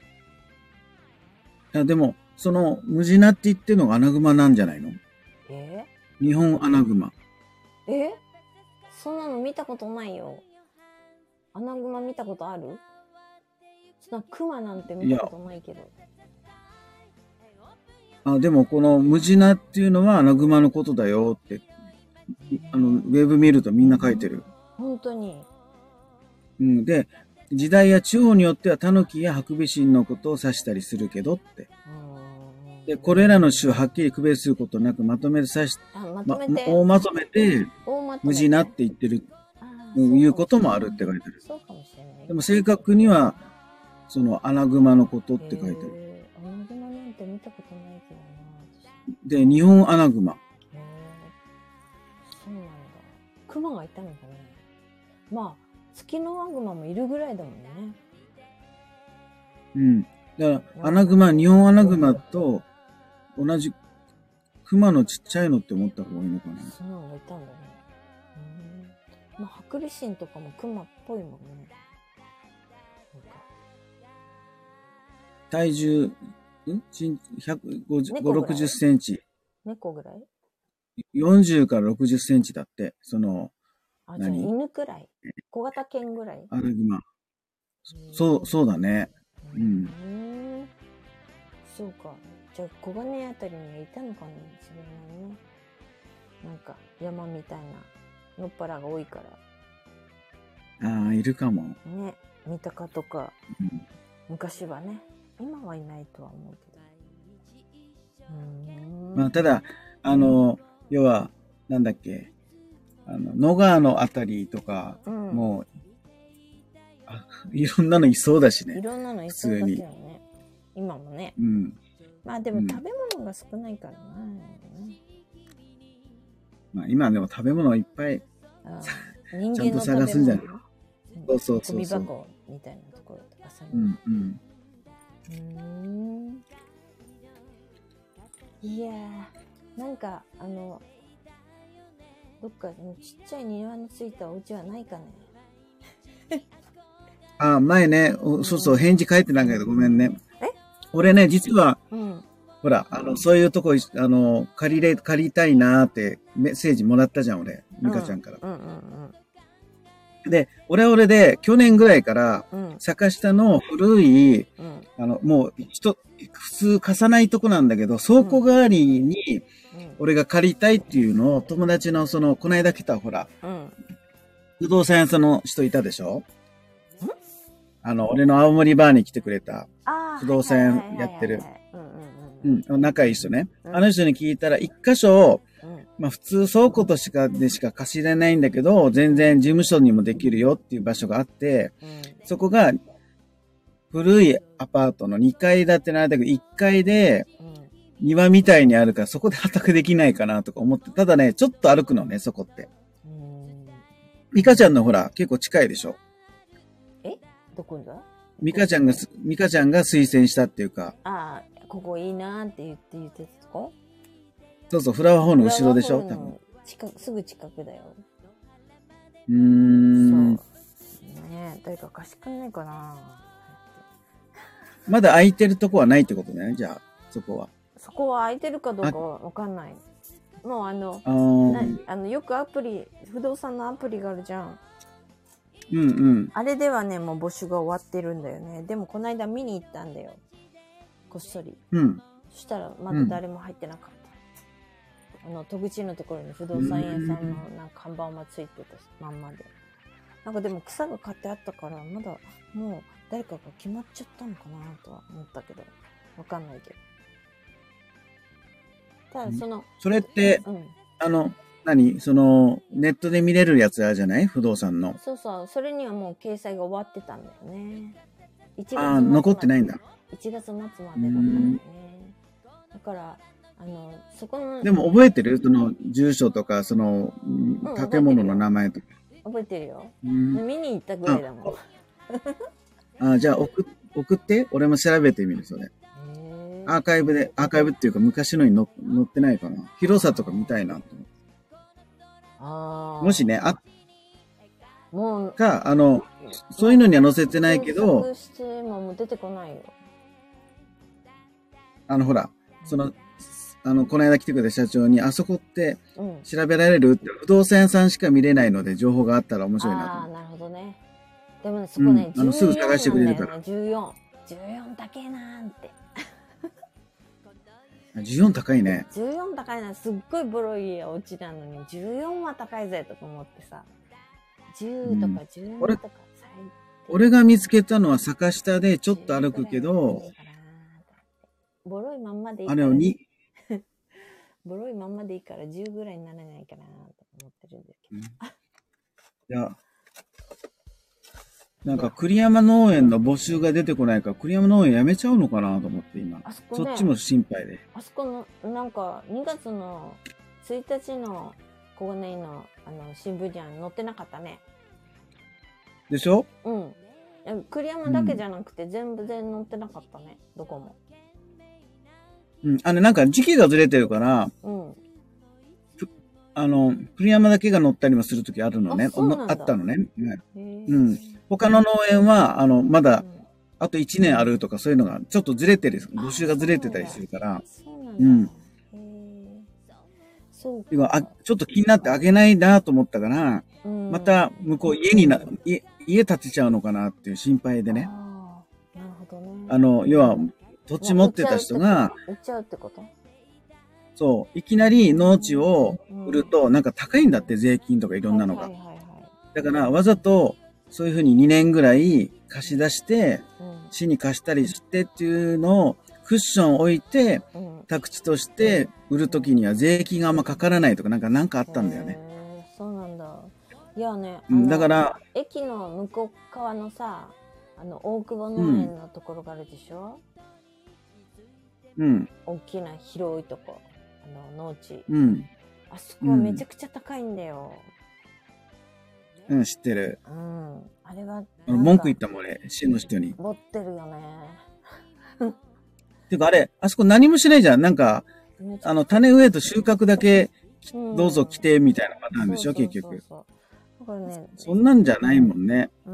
や、でも、その、ムジナって言ってるのがアナグマなんじゃないの？ え日本アナグマ。 えそんなの見たことないよ。アナグマ見たことある？そんなクマなんて見たことないけど。 あ、でもこのムジナっていうのはアナグマのことだよって、あの、ウェブ見るとみんな書いてる。 本当に。 うん。で、時代や地方によってはタヌキやハクビシンのことを指したりするけどって。で、これらの種をはっきり区別することなくまとめて指し、 あ、まとめて。 ま、大まとめて、 大まとめてムジナって言ってる、いうこともあるって書いてある。 そうかもしれない。 でも正確には、そのアナグマのことって書いてある。 アナグマなんて見たことないけどな。 で、日本アナグマ。 へえ、そうなんだ。クマがいたのかな。まあ、ツキノワグマもいるぐらいだもんね。 うん。だから、アナグマ、日本アナグマと同じ、クマのちっちゃいのって思った方がいいのかな。 そうなのがいたんだね。うん。まあ、ハクビシンとかもクマっぽいもんね。なんか体重、んひゃくごじゅう、ろくじゅっセンチ。 猫ぐらい ? よんじゅうからろくじゅっセンチだって。その、 あ、じゃあ犬くらい。小型犬ぐらい。 アナグマ。そう、そうだね。うん。 うんそうか。じゃあ小金あたりにはいたのかもしれないね。なんか山みたいなのっぱらが多いから。 ああ、いるかも。 ね。三鷹とか、 うん、 昔はね。今はいないとは思うけど。 うんまあ、ただ、あの、要は、なんだっけ、あの、野川のあたりとか、うん、もうあ、いろんなのいそうだしね。 いろんなのいそうだけどね。今もね。 うん。 まあでも食べ物が少ないからな、うん。 まあ今でも食べ物いっぱい、人間の探すんじゃないの？そうそうそう。 ゴミ箱みたいなところとかさ。 うんうん。 うーんいやー、なんか、あの、どっかちっちゃい庭のついたお家はないかね。 あ、前ね、うん、そうそう、返事書いてないけどごめんね。え俺ね、実は、うん、ほら、あの、そういうとこ、あの、借りれ、借りたいなーってメッセージもらったじゃん、俺。ミカちゃんから。うんうんうんうん、で、俺は俺で、去年ぐらいから、うん、坂下の古い、うん、あの、もう、人、普通貸さないとこなんだけど、倉庫代わりに、俺が借りたいっていうのを、友達の、その、この間来た、ほら、うん、不動産屋さんの人いたでしょ？あの、俺の青森バーに来てくれた、不動産屋やってる、うん、仲いい人ね。うん、あの人に聞いたら、一箇所、うん、まあ普通倉庫としかでしか貸しれないんだけど、全然事務所にもできるよっていう場所があって、うん、そこが、古いアパートのにかい建てなんだけど、いっかいで、庭みたいにあるから、そこで畑できないかなとか思って、ただね、ちょっと歩くのね、そこって。ミカちゃんのほら、結構近いでしょ？ え？どこだ？ ミカちゃんが、ミカちゃんが推薦したっていうか。 ああ、ここいいなーって言って言ってたとこ？ そうそう、フラワーホールの後ろでしょ？多分。 近く、すぐ近くだよ。 うーん。 そう。ねえ、誰か貸してくんないかな？ まだ空いてるとこはないってことね、じゃあ、そこは。 そこは空いてるかどうかはわかんない。 もうあの、 あーなあのよくアプリ、不動産のアプリがあるじゃん。 うんうん。 あれではね、もう募集が終わってるんだよね。でもこの間見に行ったんだよ。こっそり。 うん。 そしたらまだ誰も入ってなかった。あの、戸口のところに不動産屋さんのなんか看板がついてたまんまで。なんかでも草が買ってあったから、まだもう誰かが決まっちゃったのかなとは思ったけど。わかんないけど。ただその、 それって、 うん。 あの、何その、ネットで見れるやつあるじゃない不動産の。 そうそう。それにはもう掲載が終わってたんだよね。いちああ、残ってないんだ。 いちがつ末までだったんだよね。だから、あの、そこの。 でも覚えてるその、住所とか、その、 ん建物の名前とか。 覚えてるよ。 うん見に行ったぐらいだもん。 ああ、じゃあ送、送って、俺も調べてみる、それ。アーカイブで、アーカイブっていうか昔のにの載ってないかな。広さとか見たいなと思って。 あもしね、あ、 もう、 か、あの、そういうのには載せてないけど、 検索してももう出てこないよ。 あの、ほら、その、あの、この間来てくれた社長に、あそこってうん。 調べられるって、不動産屋さんしか見れないので、情報があったら面白いなとああ、 思なるほどね。でもね、そこね、 うんあのすぐ探してくれるからじゅうよん。じゅうよんだけなんて。 う。じゅうよん高いね。 じゅうよん高いな、すっごいボロいお家なのに、じゅうよんは高いぜとか思ってさ。じゅうとかじゅうにとか最低、 俺が見つけたのは坂下でちょっと歩くけど、 ボロいまんまでいいから、 あれをに、 ボロいまんまでいいからじゅうぐらいにならないかなと思ってるんですけど。 いや、なんか栗山農園の募集が出てこないから栗山農園やめちゃうのかなと思って今。 あそこね、 そっちも心配で。 あそこの、なんかにがつのついたちの小金井のあの新聞には載ってなかったね。 でしょ？ うん。栗山だけじゃなくて全部全載ってなかったね。どこも。 うん。あの、なんか時期がずれてるから、 うん。 あの、栗山だけが乗ったりもするときあるのね。 あそうなんだあったのね。はいへうん。他の農園は、あの、まだ、あといちねんあるとかそういうのがちょっとずれてる、募集がずれてたりするから、 そうなんだ。 うん。 へえ。そうか。 今あ、ちょっと気になってあげないなと思ったから、 うんまた向こう家にな、家、家建てちゃうのかなっていう心配でね。 ああ、なるほどね。 あの、要は、土地持ってた人が、 売っちゃうってこと？ そう、いきなり農地を売ると、なんか高いんだって、税金とかいろんなのが。 はいはいはいはい。 だから、わざと、そういうふうににねんぐらい貸し出して、 うん市に貸したりしてっていうのを、クッション置いて、 うん。 宅地として売るときには税金があんまかからないとか、なんか、なんかあったんだよね。 へーそうなんだ。いやね、 うんあのだから、 駅の向こう側のさ、あの大久保農園のところがあるでしょ、 うん、 大きな広いとこ、あの農地。 うん、 あそこはめちゃくちゃ高いんだよ。 うん、知ってる。 うん。あれは、 あの文句言ったもん、俺、市の人に。 持ってるよね。 てか、あれ、あそこ何もしないじゃん。なんか、あの、種植えと収穫だけ、どうぞ来て、みたいなパターンでしょ、結局。 だからね、 そんなんじゃないもんね。 うん、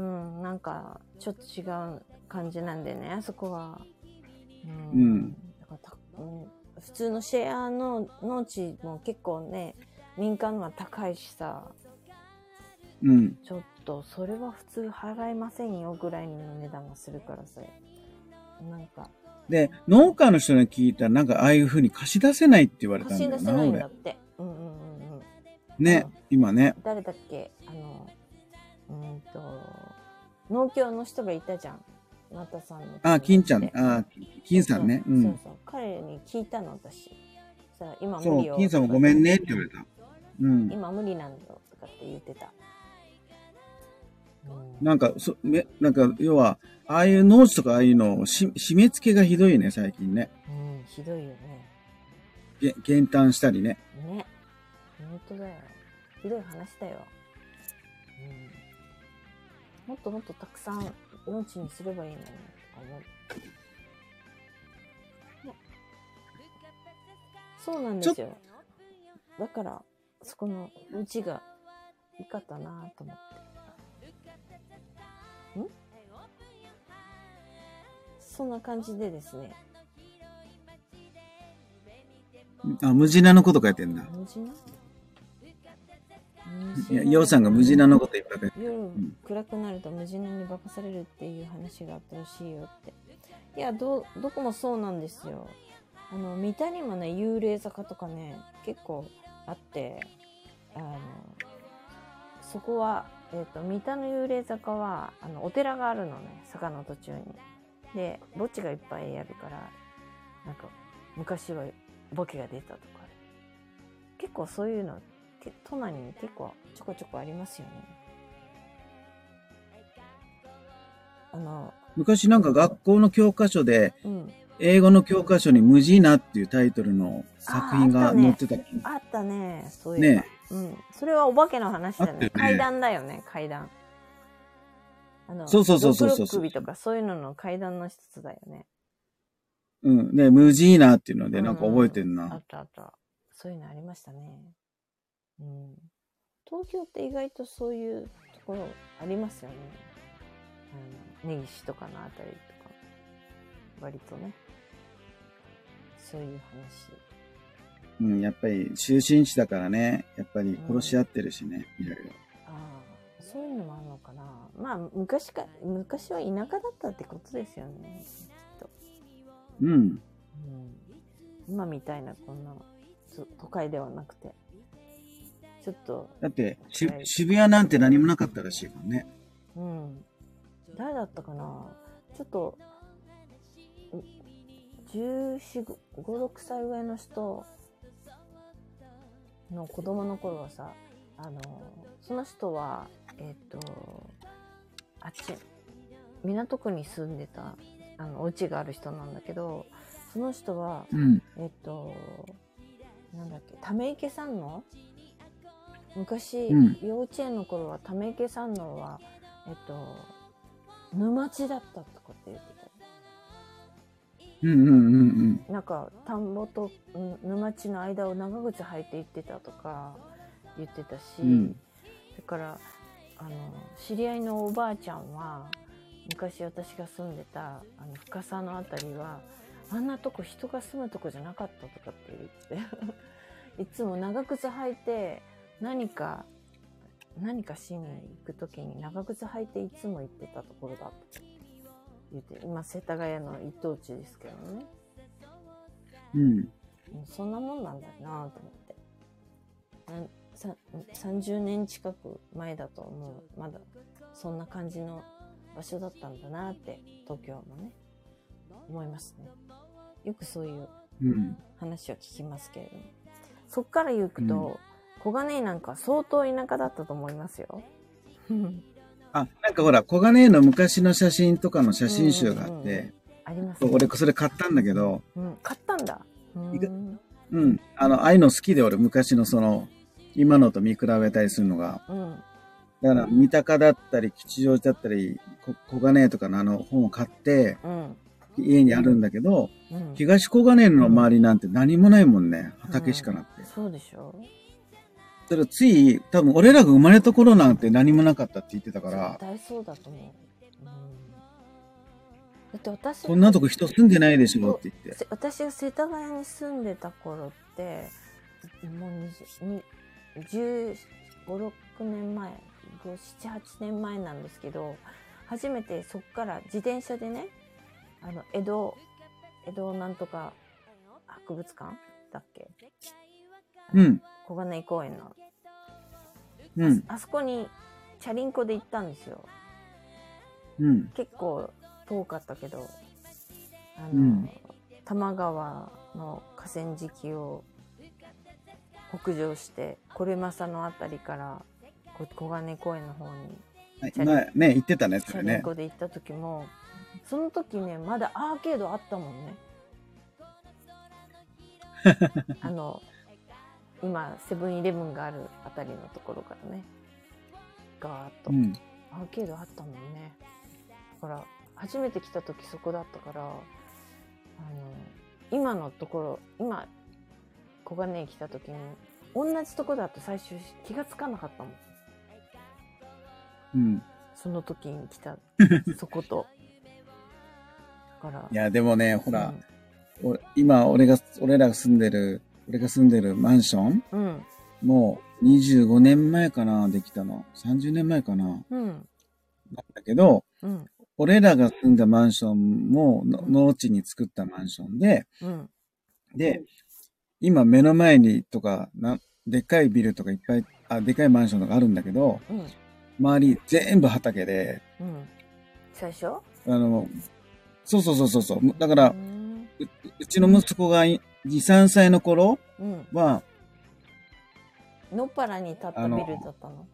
なんか、ちょっと違う感じなんでね、あそこは。 うん。 だからたうん、普通のシェアの農地も結構ね、民間のは高いしさ、 うん。 ちょっとそれは普通払えませんよぐらいの値段がするからさ、なんか。 で、農家の人に聞いたら、なんかああいう風に貸し出せないって言われたん貸だよな、 し出せないんだ俺っ。て。うんうんうんうん。 ね、今ね。 誰だっけ、あの、うんと、農協の人がいたじゃん。またさんの。 あ、金ちゃん、あ、金さんね。うん。 そうそう。彼に聞いたの、私。さあ、今無そう理よ。、 金さんもごめんねって言われた。うん。 今無理なんだよ、とかって言ってた。うん、 なんか、そ、め、なんか、要は、ああいう農地とかああいうの、し、締め付けがひどいね、最近ね。 うん、ひどいよね。 げ、減反したりね。 ね。本当だよ。ひどい話だよ。うん。もっともっとたくさん農地にすればいいのに、とか思う。ね。そうなんですよ。だから、そこのうちが良かったなと思って。んそんな感じでですね。 あ、ムジナのこと書いてんだ。 ムジナいや、ヨウさんがムジナのこといっぱい書いてる。 夜、 うん、 暗くなるとムジナに化かされるっていう話があったらしいよって。いや、ど、どこもそうなんですよ。あの、三田にもね、幽霊坂とかね、結構あって、あの、そこは、えっと、三田の幽霊坂は、あの、お寺があるのね、坂の途中に。で、墓地がいっぱいあるから、なんか、昔はボケが出たとか。結構そういうの、都内に結構ちょこちょこありますよね。あの、 昔なんか学校の教科書で、 うん、 英語の教科書にムジナっていうタイトルの作品が載ってた。 あったね。そういうね。 うん。それはお化けの話だよね。ね、怪談だよね、怪談。あの、 そうそうそうそうそう。 首とかそういうのの怪談の一つだよね。 うん。で、ムジーナっていうのでなんか覚えてんな。 うん、あったあった。そういうのありましたね。うん。東京って意外とそういうところありますよね。あの、根岸とかのあたりとか。割とね。そういう話。 うん、やっぱり中心地だからね。やっぱり殺し合ってるしね。うん、いろいろ。 ああ、そういうのもあるのかな。まあ、昔か、昔は田舎だったってことですよね。きっと。 うん。うん。 今みたいなこんな都会ではなくて。ちょっと。 だって、渋谷なんて何もなかったらしいからね。 うん。誰だったかな。ちょっと、じゅうよん、ご、ろくさい上の人の子供の頃はさ、あの、その人は、えっと、あっち、港区に住んでた、あの、お家がある人なんだけど、その人は、 うん、 えっと、なんだっけ、ため池山王昔、うん、幼稚園の頃はため池山王は、えっと、沼地だったとかって言ってた。 うんうんうんうん。 なんか、田んぼと沼地の間を長靴履いて行ってたとか言ってたし、うん、それから、あの、知り合いのおばあちゃんは、昔私が住んでた、あの、深さのあたりは、あんなとこ人が住むとこじゃなかったとかって言っていつも長靴履いて何か何かしに行くときに長靴履いていつも行ってたところだと言って、今世田谷の一等地ですけどね。 うん。 そんなもんなんだなと思って。さんじゅうねん近く前だともうまだそんな感じの場所だったんだなって東京もね思いますね。よくそういう話を聞きますけれども、うん、そっから行くと、うん、小金井なんか相当田舎だったと思いますよ。 あ、なんかほら、小金井の昔の写真とかの写真集があって、うんうんうん、 ありますね。 俺それ買ったんだけど、 うん、買ったんだ。 うん、うん、あの、ああいうの好きで俺昔のその、今のと見比べたりするのが、うん、だから三鷹だったり吉祥寺だったり小金井とかのあの本を買って、うん家にあるんだけど、うん、東小金井の周りなんて何もないもんね。畑しかなくて。 うん、そうでしょ。 それつい、多分俺らが生まれた頃なんて何もなかったって言ってたから。 大そうだと思う。うん、だって私そんなとこ人住んでないでしょって言って。 私が世田谷に住んでた頃って、もうじゅうご、ろくねんまえ、なな、はちねんまえなんですけど、初めてそっから自転車でね、あの、江戸、江戸なんとか博物館だっけ？ うん。 小金井公園の。 うん。 あ, あそこにチャリンコで行ったんですよ。 うん。 結構遠かったけど、あの、 うん、 多摩川の河川敷を北上して、これまさのあたりから小金井公園の方に。 まあね、行ってたね、それね。 チャリンコで行った時も、その時ね、まだアーケードあったもんね。あの、今、セブンイレブンがあるあたりのところからね、ガーッと、うん、アーケードあったもんね。だから、初めて来た時そこだったから、あの、今のところ、今、小金井来た時に、同じとこだと最初気がつかなかったもん。 うん。 その時に来た、そこと。 いや、でもね、ほら、うん、今、俺が、俺らが住んでる俺が住んでるマンション、 うん。 もうにじゅうごねんまえかな、できたの。さんじゅうねんまえかな。 うん。 なんだけど、 うん。 俺らが住んだマンションも、の農地に作ったマンションで、 うん。 で、今目の前にとか、な、でっかいビルとかいっぱい、あ、でっかいマンションとかあるんだけど、 うん。 周り全部畑で、 うん。最初？ あの、そうそうそうそうそう。だから、 うん。 う、うちの息子がに、さんさいの頃うん。 は、 野っ原に立ったビルだったの？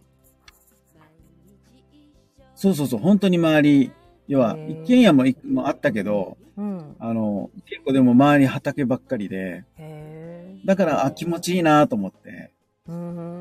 そうそうそう、本当に周り、要は、 へー一軒家もいもあったけど、 うん。 あの、結構でも周り畑ばっかりで、 へえ。 だから、あ、気持ちいいなと思って。 うん。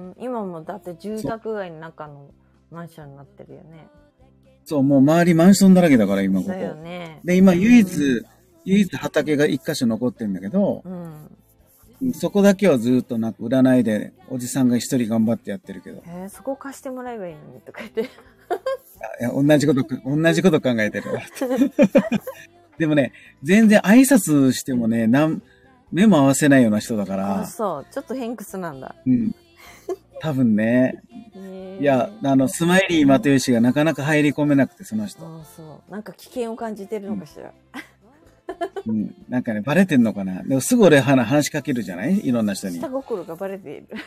今もだって住宅街の中のマンションになってるよね。 そう、もう周りマンションだらけだから、今こだよこ。 ね。 で、今唯一、唯一畑が一箇所残ってるんだけど、 うん。 そこだけはずっとなんか占いで、おじさんが一人頑張ってやってるけど。 へえ、そこ貸してもらえばいいのにとか言って。 いや、同じこと、同じこと考えてる。でもね、全然挨拶してもね、なん目も合わせないような人だかあ、 ら、 そう。ちょっと偏屈なんだ。 うん。多分ね、 へえ。 いや、あの、スマイリー又吉がなかなか入り込めなくて、その人。 あ、そう。なんか危険を感じてるのかしら。 うん。なんかね、バレてんのかな。でもすぐ俺話話しかけるじゃないいろんな人に。 下心がバレている。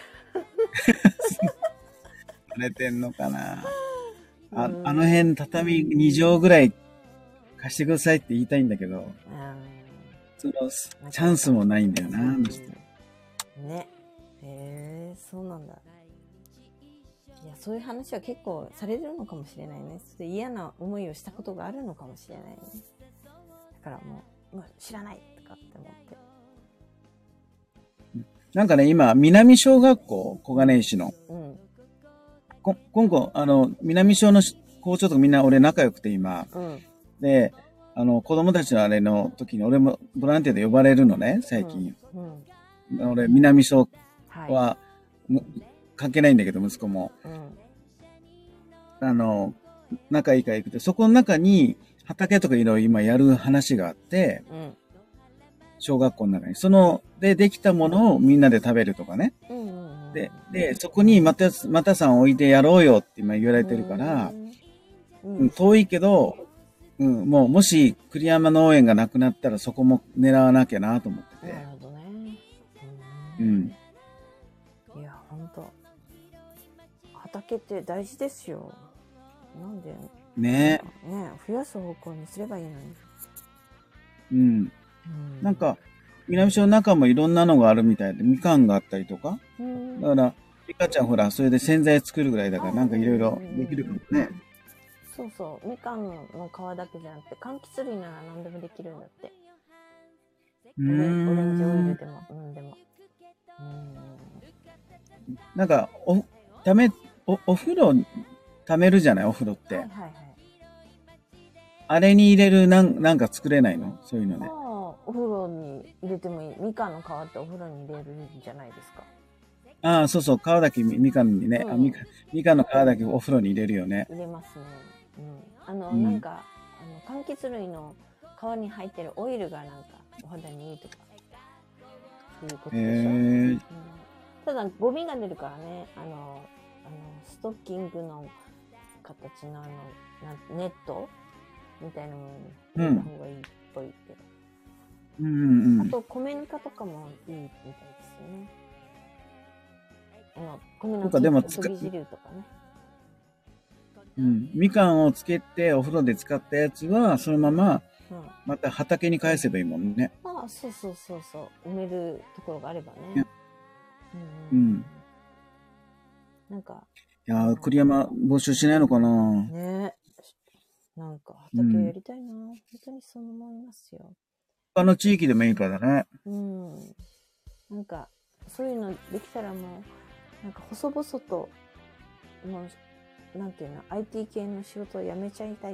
バレてんのかな。あうんあの辺、畳に畳ぐらい貸してくださいって言いたいんだけど、そのチャンスもないんだよな、あの人。 ね。へえ、そうなんだ。いや、そういう話は結構されるのかもしれないね。ちょっと嫌な思いをしたことがあるのかもしれないね。だからもう、もう知らないとかって思って。 なんかね、今、南小学校、小金井市の。 うん。 こ今後、あの、南小の校長とかみんな俺仲良くて今。 うん。 で、あの、子供たちのあれの時に俺もボランティアで呼ばれるのね、最近。 うんうん、 俺、南小は、 はむ関係ないんだけど、息子も。 い、うん、 あの、仲いいから行くと、そこの中に畑とかいろいろ今やる話があって、 うん、 小学校の中に。その、で、できたものをみんなで食べるとかね。 うんうんうん、 で、で、そこにまた、またさんおいでやろうよって今言われてるから、 うんうん、遠いけど、うん、もうもし栗山農園がなくなったらそこも狙わなきゃなと思ってて。 なるほどね。 うん。 いや、ほんと。畑って大事ですよ。なんでねえ。ねえ、増やす方向にすればいいのに。 うん。うん、なんか、南小の中もいろんなのがあるみたいで、みかんがあったりとか。うん、だから、リカちゃんほら、それで洗剤作るぐらいだから、なんかいろいろできるかもね。 そうそう。みかんの皮だけじゃなくて、柑橘類なら何でもできるんだって。オレンジオイルでも、なんでも。うん、 なんか、お、ため、お、お風呂、ためるじゃないお風呂って。はいはいはい。あれに入れるなん、なんか作れないのそういうのね。ああ、 お風呂に入れてもいい。みかんの皮ってお風呂に入れるんじゃないですか。 ああ、そうそう。皮だけみ、みかんにね、うん、あみかん、みかんの皮だけお風呂に入れるよね。 入れますね。うん。あの、うん、なんか、あの、柑橘類の皮に入ってるオイルがなんか、お肌にいいとか、そういうことでしょ。へー、うん、ただ、ゴミが出るからね、あの、あの、ストッキングの形のあの、ネットみたいなものに入れた方がいいっぽいけど。うんうんうん。あと、米ぬかとかもいいみたいですよね。あの、米の飛び汁とかね。 うん。みかんをつけてお風呂で使ったやつは、そのまま、また畑に返せばいいもんね。 ああ、そうそうそうそう。埋めるところがあればね。 うん。うん、なんか。いやー、栗山募集しないのかなね。なんか畑をやりたいな、うん、本当にそう思いますよ。 他の地域でもいいからね。 うん。なんか、そういうのできたらもう、なんか細々と、もう、なんていうの、アイティー 系の仕事を辞めちゃいたい。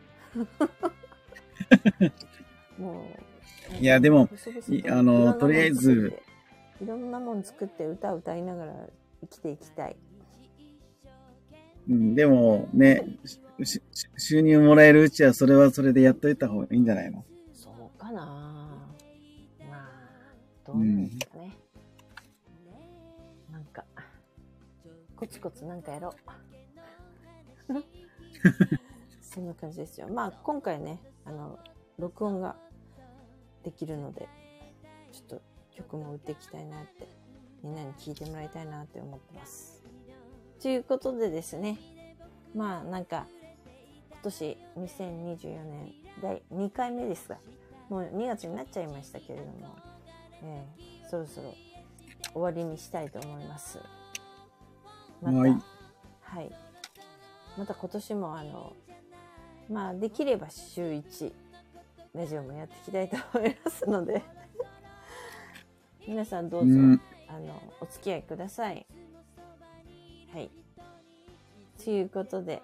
もう。 いや、でも、あの、とりあえず。 いろんなもん作って歌を歌いながら生きていきたい。 うん、でもね、収入もらえるうちはそれはそれでやっといた方がいいんじゃないの？ そうかな。まあ、どうなんですかね。 か、コツコツなんかやろう。そんな感じですよ。まあ、今回ね、あの、録音ができるので、ちょっと曲も打っていきたいなって、みんなに聴いてもらいたいなって思ってます。ということでですね、まあ、なんか、今年にせんにじゅうよねんだいにかいめですが、もうにがつになっちゃいましたけれども、えー、そろそろ終わりにしたいと思います。また、 はい。 はい。また今年もあの、まあできれば週いちラジオもやっていきたいと思いますので、皆さんどうぞ、うん、あの、お付き合いください。はい。ということで、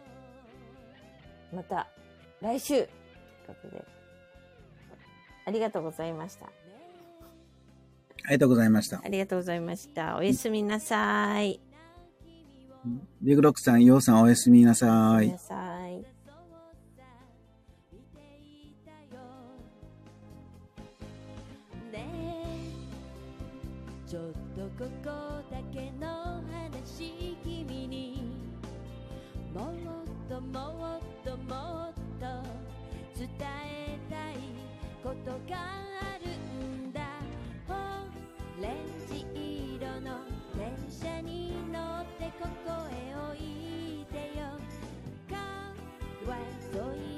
また来週ということで、ありがとうございました。 ありがとうございました。 ありがとうございました。おやすみなさい。 ビッグロックさん、ヨウさんおやすみなさい。 おやすみなさい。 ちょっとここだけの話、君にもっともっともっと伝えたいことがあるんだ。オレンジ色の電車に乗ってここへおいでよ。川沿い